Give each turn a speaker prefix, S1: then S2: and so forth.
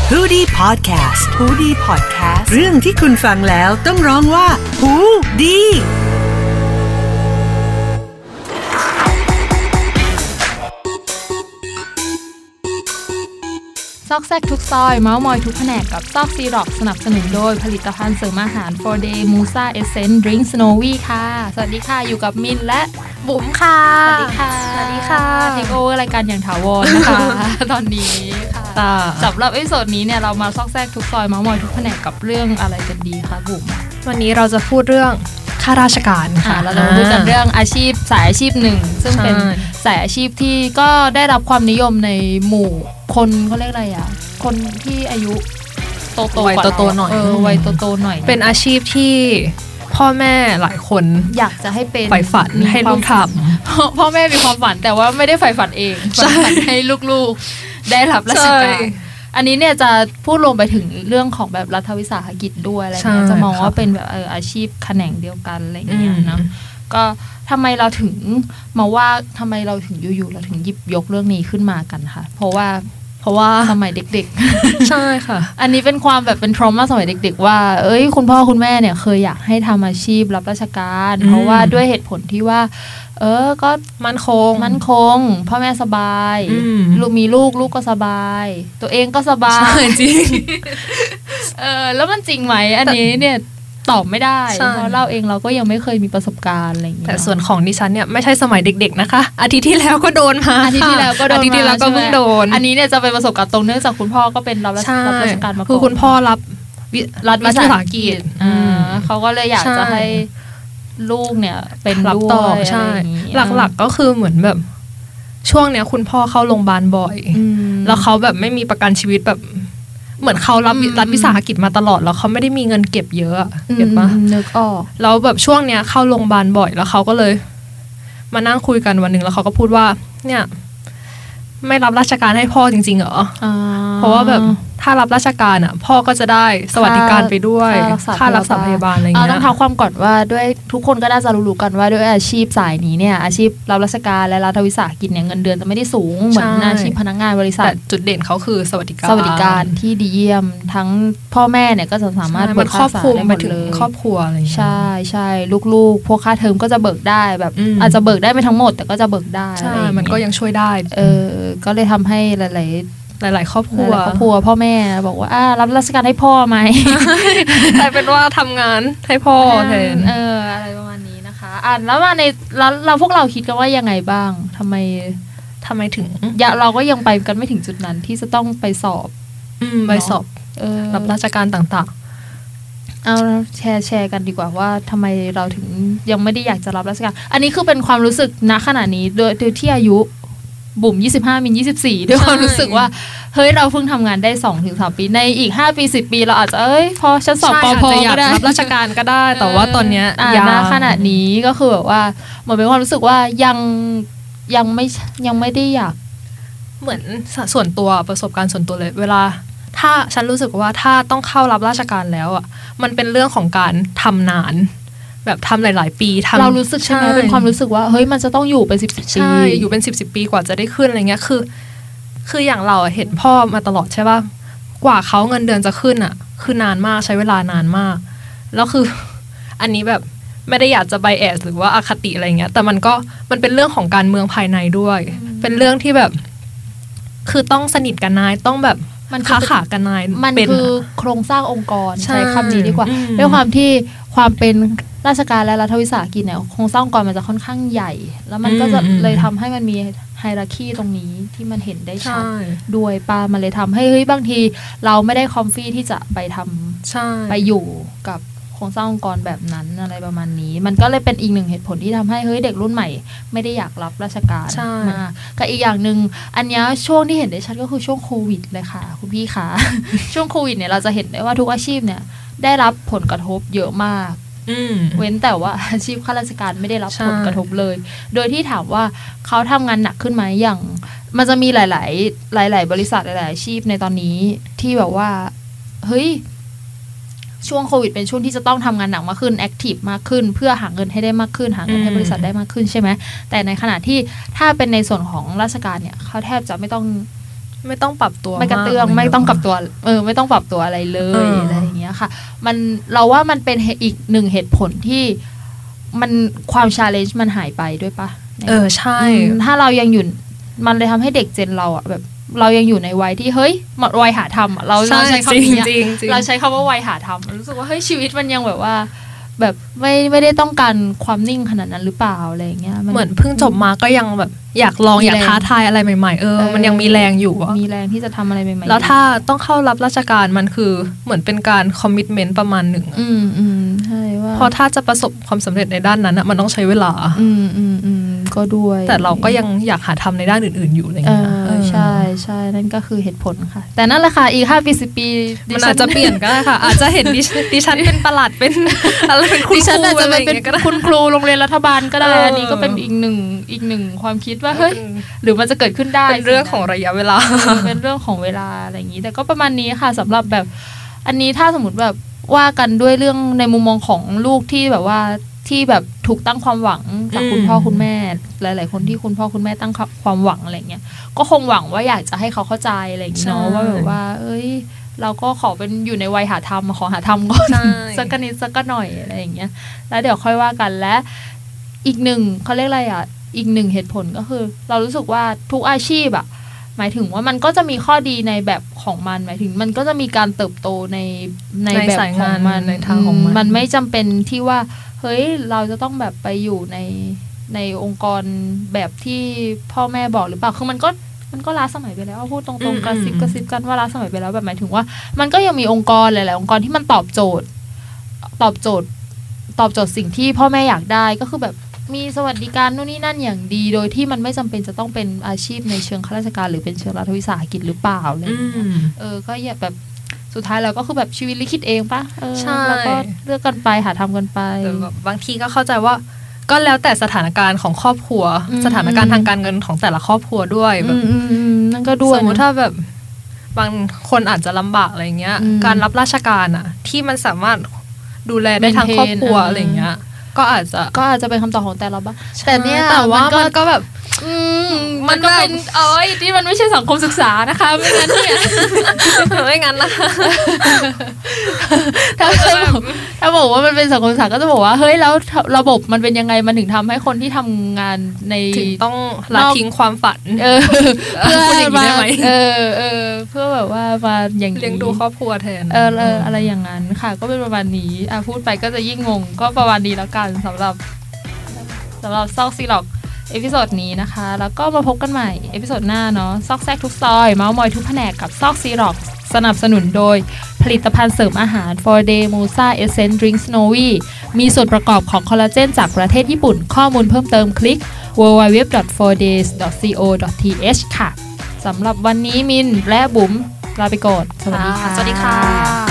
S1: ฮูดี้พอดแคสต์ฮูดี้พอดแคสต์เรื่องที่คุณฟังแล้วต้องร้องว่าฮูดี
S2: ซอกแซกทุกซอยเมาส์มอยทุกแผนกกับซอกซีร็อกสนับสนุนโดยผลิตภัณฑ์เสริมอาหาร For Day Musa Essence Drink Snowy ค่ะสวัสดีค่ะอยู่กับมินและ
S3: บุ๋มค่ะ
S2: สวัสดีค่ะ
S3: สวัสดีค่ะ
S2: เทคโอเวอร์รายการอย่างถาวรนะคะตอนนี้ค่ะสำหรับเอพิโซดนี้เนี่ยเรามาซอกแซกทุกซอยเมาส์มอยทุกแผนกกับเรื่องอะไรกันดีคะบุ๋ม
S3: วันนี้เราจะพูดเรื่องข้าราชการค่ะ
S2: เราจะพูดกันเรื่องอาชีพสายอาชีพหนึ่งซึ่งเป็นสายอาชีพที่ก็ได้รับความนิยมในหมู่คนเขาเรียกอะไรอ่ะคนที่อายุโตๆกว่า
S3: หน่อย
S2: วัยโตๆหน่อย
S3: เป็นอาชีพที่พ่อแม่หลายคน
S2: อยากจะให้เป็น
S3: ใฝ่ฝันให้ลูกท
S2: ำพ่อแม่มีความฝันแต่ว่าไม่ได้ใฝ่ฝันเองใฝ่ฝันให้ลูกๆได้รับราชการอันนี้เนี่ยจะพูดลงไปถึงเรื่องของแบบรัฐวิสาหกิจด้วยอะไรเงี้ยจะมองว่าเป็นแบบอาชีพแขนงเดียวกันอะไรเงี้ยนะก็ทำไมเราถึงมาว่าทำไมเราถึงอยู่ๆเราถึงหยิบยกเรื่องนี้ขึ้นมากันค่ะเพราะว่าสมัยเด็ก
S3: ๆ ใช่ค่ะ
S2: อันนี้เป็นความแบบเป็นทรมาสมัยเด็กๆว่าคุณพ่อคุณแม่เนี่ยเคยอยากให้ทำอาชีพรับราชการเพราะว่าด้วยเหตุผลที่ว่าก็
S3: มั่นค
S2: งพ่อแม่สบายลูกมีลูกก็สบายตัวเองก็สบาย
S3: จริง
S2: แล้วมันจริงไหมอันนี้เนี่ยตอบไม่ได้เพราะเราเองเราก็ยังไม่เคยมีประสบการณ์อะไรอย่างเงี้ย
S3: แต่ส่วนของดิฉันเนี่ยไม่ใช่สมัยเด็กๆนะคะอาทิตย์ที่แล้วก็โดนมา
S2: อาทิตย์ที่แล้วก็เ
S3: พิ่งโดน
S2: อันนี้เนี่ยจะเป็นประสบการณ์ตรงเนื่องจากคุณพ่อก็เป็นรับราชการมาก่อน
S3: คือคุณพ่อรับ
S2: วิสาหกิจเขาก็เลยอยากจะให้ลูกเนี่ยเป็นรับต่อ
S3: ใช่หลักๆก็คือเหมือนแบบช่วงเนี้ยคุณพ่อเข้าโรงพยาบาลบ่อยแล้วเขาแบบไม่มีประกันชีวิตแบบเหมือนเขารับวิสาหกิจมาตลอดแล้วเขาไม่ได้มีเงินเก็บเยอะเห็นปะ
S2: นึกออก
S3: แล้วแบบช่วงเนี้ยเข้าโรงพยาบาลบ่อยแล้วเขาก็เลยมานั่งคุยกันวันนึงแล้วเขาก็พูดว่าเนี่ยไม่รับราชการให้พ่อจริงๆเหรอเพราะว่าแบบถ้ารับราชการอ่ะพ่อก็จะได้สวัสดิการไปด้วยค่ารักษาพยาบาลอะไรอย่างเงี้ย
S2: ต้องเท้าความก่อนว่าด้วยทุกคนก็น่าจะรู้กันว่าด้วยอาชีพสายนี้เนี่ยอาชีพรับราชการและรัฐวิสาหกิจเนี่ยเงินเดือนจะไม่ได้สูงเหมือนอาชีพพนักงานบริษัท
S3: จุดเด่นเขาคือสวัสดิ
S2: การที่ดีเยี่ยมทั้งพ่อแม่เนี่ยก็จะสามารถเบิกค่ารักษาได้หมดเลย
S3: ครอบครัวอะไรอย่างเงี้
S2: ยใช่ลูกๆพวกค่าเทอมก็จะเบิกได้แบบอาจจะเบิกได้ไม่ทั้งหมดแต่ก็จะเบิกได้
S3: ใช่มันก็ยังช่วยได้
S2: ก็เลยทำให้หลายครอบครัวพ่อแม่บอกว่ารับราชการให้พ่อไหม
S3: แต่เป็นว่าทำงานให้พ่อแทน
S2: อะไรประมาณนี้นะคะแล้วมาในเราพวกเราคิดกันว่ายังไงบ้างทำไม
S3: ถึง
S2: เราก็ยังไปกันไม่ถึงจุดนั้นที่จะต้องไปสอบ
S3: รับราชการต่าง
S2: ๆเอาแชร์กันดีกว่าว่าทำไมเราถึงยังไม่ได้อยากจะรับราชการอันนี้คือเป็นความรู้สึกณขณะนี้โดยที่อายุบุ๋ม25มิน24ด้วยความรู้สึกว่าเฮ้ยเราเพิ่งทำงานได้ 2-3 ปีในอีก5ปี10ปีเราอาจจะพอฉันสอบปพ
S3: ก็ได้รับราชการก็ได้แต่ว่าตอนเนี้ย
S2: ณขณะนี้ก็คือแบบว่าเหมือนเป็นความรู้สึกว่ายังไม่ได้อยาก
S3: เหมือนส่วนตัวประสบการณ์ส่วนตัวเลยเวลาถ้าฉันรู้สึกว่าถ้าต้องเข้ารับราชการแล้วอ่ะมันเป็นเรื่องของการทำนานแบบทำหลายๆปี
S2: เรารู้สึกใช่ไหมเป็นความรู้สึกว่าเฮ้ยมันจะต้องอยู่เป็น10 ปี
S3: ใช่อยู่เป็น10 ปีกว่าจะได้ขึ้นอะไรเงี้ยคืออย่างเราเห็นพ่อมาตลอดใช่ป่ะกว่าเขาเงินเดือนจะขึ้นอ่ะคือนานมากใช้เวลานานมากแล้วคืออันนี้แบบไม่ได้อยากจะไบแอสหรือว่าอคติอะไรเงี้ยแต่มันเป็นเรื่องของการเมืองภายในด้วยเป็นเรื่องที่แบบคือต้องสนิทกันนายต้องแบบ
S2: มัน
S3: ค้าขากันนาย
S2: มันคือโครงสร้างองค์กรใช้คำนี้ดีกว่าด้วยความที่ความเป็นราชการและรัฐวิสาหกิจเนี่ยโครงสร้างองค์กรมันจะค่อนข้างใหญ่แล้วมันก็จะเลยทำให้มันมีไฮรักีตรงนี้ที่มันเห็นได้ชัดด้วยมันเลยทำให้เฮ้ยบางทีเราไม่ได้คอมฟี่ที่จะไปทำไปอยู่กับโครงสร้างองค์กรแบบนั้นอะไรประมาณนี้มันก็เลยเป็นอีกหนึ่งเหตุผลที่ทำให้เฮ้ยเด็กรุ่นใหม่ไม่ได้อยากรับราชการมากับอีกอย่างนึงอันนี้ช่วงที่เห็นได้ชัดก็คือช่วงโควิดเลยค่ะคุณพี่คะ ช่วงโควิดเนี่ยเราจะเห็นได้ว่าทุกอาชีพเนี่ยได้รับผลกระทบเยอะมากเว้นแต่ว่าอาชีพข้าราชการไม่ได้รับผลกระทบเลยโดยที่ถามว่าเขาทำงานหนักขึ้นไหมอย่างมันจะมีหลายบริษัทหลายอาชีพในตอนนี้ที่แบบว่าเฮ้ยช่วงโควิดเป็นช่วงที่จะต้องทำงานหนักมากขึ้นแอคทีฟมากขึ้นเพื่อหาเงินให้ได้มากขึ้นหาเงินให้บริษัทได้มากขึ้นใช่ไหมแต่ในขณะที่ถ้าเป็นในส่วนของราชการเนี่ยเขาแทบจะไม่ต้อง
S3: ไม่ต้องปรับตัว
S2: ไม่กระเตื้องไม่ต้องปรับตัวไม่ต้องปรับตัวอะไรเลยอะไรอย่างเงี้ยค่ะมันเราว่ามันเป็นอีกหนึ่งเหตุผลที่มันความชาเลนจ์มันหายไปด้วยปะ
S3: ใช่
S2: ถ้าเรายังอยู่มันเลยทำให้เด็กเจนเราแบบเรายังอยู่ในวัยที่เฮ้ยวัยหาทำเราใช้คำนี้เราใช้คำว่าวัยหาทำรู้สึกว่าเฮ้ยชีวิตมันยังแบบว่าแบบไม่ได้ต้องการความนิ่งขนาดนั้นหรือเปล่าอะไรอย่างเงี้ย
S3: เหมือนเพิ่งจบมาก็ยังแบบอยากลองอยากท้าทายอะไรใหม่ๆมันยังมีแรงอยู่
S2: มีแรงที่จะทำอะไรใหม่ๆ
S3: แล้วถ้าต้องเข้ารับราชการมันคือเหมือนเป็นการคอมมิตเมนต์ประมาณหนึ่ง
S2: ใช่ว่า
S3: เพราะถ้าจะประสบความสำเร็จในด้านนั้นมันต้องใช้เวลา
S2: ก็ด้วย
S3: แต่เราก็ยังอยากหาทำในด้านอื่นๆอยู่อะไรอย่างเงี้ย
S2: ใช่ใช่นั่นก็คือเหตุผลค่ะแต่นั่นแหละค่ะอีก5 ปี 10 ปี
S3: มันอาจจะเปลี่ยนก็ได้ค่ะอาจจะเห็นดิฉันเป็นประหลัดเป็นอะไรเป็นคุณครู
S2: อาจจะเป็นคุณครูโรงเรียนรัฐบาลก็ได้อันนี้ก็เป็นอีกหนึ่งความคิดว่าเฮ้ยหรือมันจะเกิดขึ้นได้
S3: เป็นเรื่องของระยะเวลา
S2: เป็นเรื่องของเวลาอะไรอย่างนี้แต่ก็ประมาณนี้ค่ะสำหรับแบบอันนี้ถ้าสมมติแบบว่ากันด้วยเรื่องในมุมมองของลูกที่แบบว่าที่แบบถูกตั้งความหวังจากคุณพ่อคุณแม่หลายๆคนที่คุณพ่อคุณแม่ตั้งความหวังอะไรเงี้ยก็คงหวังว่าอยากจะให้เขาเข้าใจอะไรอย่างเงี้ยเนาะว่าแบบว่าเอ้ยเราก็ขอเป็นอยู่ในวัยหาธรรมขอหาธรรมก่อนสักนิดสักหน่อยอะไรอย่างเงี้ยแล้วเดี๋ยวค่อยว่ากันและอีกหนึ่งเขาเรียกอะไรอ่ะอีกหนึ่งเหตุผลก็คือเรารู้สึกว่าทุกอาชีพอ่ะหมายถึงว่ามันก็จะมีข้อดีในแบบของมันหมายถึงมันก็จะมีการเติบโตในแบบของมัน
S3: ในทางของ
S2: มันไม่จำเป็นที่ว่าเฮ้ยเราจะต้องแบบไปอยู่ในองค์กรแบบที่พ่อแม่บอกหรือเปล่าคือมันก็ล้าสมัยไปแล้วพูดตรงๆกระซิบกันว่าล้าสมัยไปแล้วแบบหมายถึงว่ามันก็ยังมีองค์กรหลายๆองค์กรที่มันตอบโจทย์สิ่งที่พ่อแม่อยากได้ก็คือแบบมีสวัสดิการนู่นนี่นั่นอย่างดีโดยที่มันไม่จำเป็นจะต้องเป็นอาชีพในเชิงข้าราชการหรือเป็นเชิงรัฐวิสาหกิจหรือเปล่าอะไรอย่างเงี้ยก็อย่าแบบสุดท้ายเราก็คือแบบชีวิตลิขิตเองปะแล้วก็เลือกกันไปหาทำกันไป
S3: แต่บางทีก็เข้าใจว่าก็แล้วแต่สถานการณ์ของครอบครัวสถานการณ์ทางการเงินของแต่ละครอบครัวด้วยแบบ
S2: นั่นก็ด้วย
S3: สมมติถ้าแบบบางคนอาจจะลำบากอะไรเงี้ยการรับราชการอ่ะที่มันสามารถดูแลได้ทั้งครอบครัวอะไรเงี้ยก็อาจจะ
S2: เป็นคำตอบของแต่เราบ้างแต่เนี่ย
S3: แต่ว่ามันก็แบบ
S2: มันก็เป็นที่มันไม่ใช่สังคมศึกษานะคะไม่งั้นเนี่ย
S3: ไม่งั้นนะคะ
S2: ถ้าบอกว่ามันเป็นสังคมศึกษาก็จะบอกว่าเฮ้ยแล้วระบบมันเป็นยังไงมันถึงทำให้คนที่ทำงานใน
S3: ต้องละทิ้งความฝัน
S2: เพื่อมาเพื่อแบบว่ามาอย่าง
S3: เลี้ยงดูครอบครัวแทน
S2: อะไรอย่างนั้นค่ะก็เป็นประมาณนี้พูดไปก็จะยิ่งงงก็ประมาณนี้แล้วกันสำหรับซอกซีล็อกเอพิโซดนี้นะคะแล้วก็มาพบกันใหม่เอพิโซดหน้าเนาะซอกแซกทุกซอยเมาส์มอยทุกแผนกกับซอกซีร็อกสนับสนุนโดยผลิตภัณฑ์เสริมอาหาร For Day Musa Essence Drink Snowy มีส่วนประกอบของคอลลาเจนจากประเทศญี่ปุ่นข้อมูลเพิ่มเติมคลิก www.4days.co.th ค่ะสำหรับวันนี้มินและบุ๋มลาไปก่อนสวัสดีค่ะ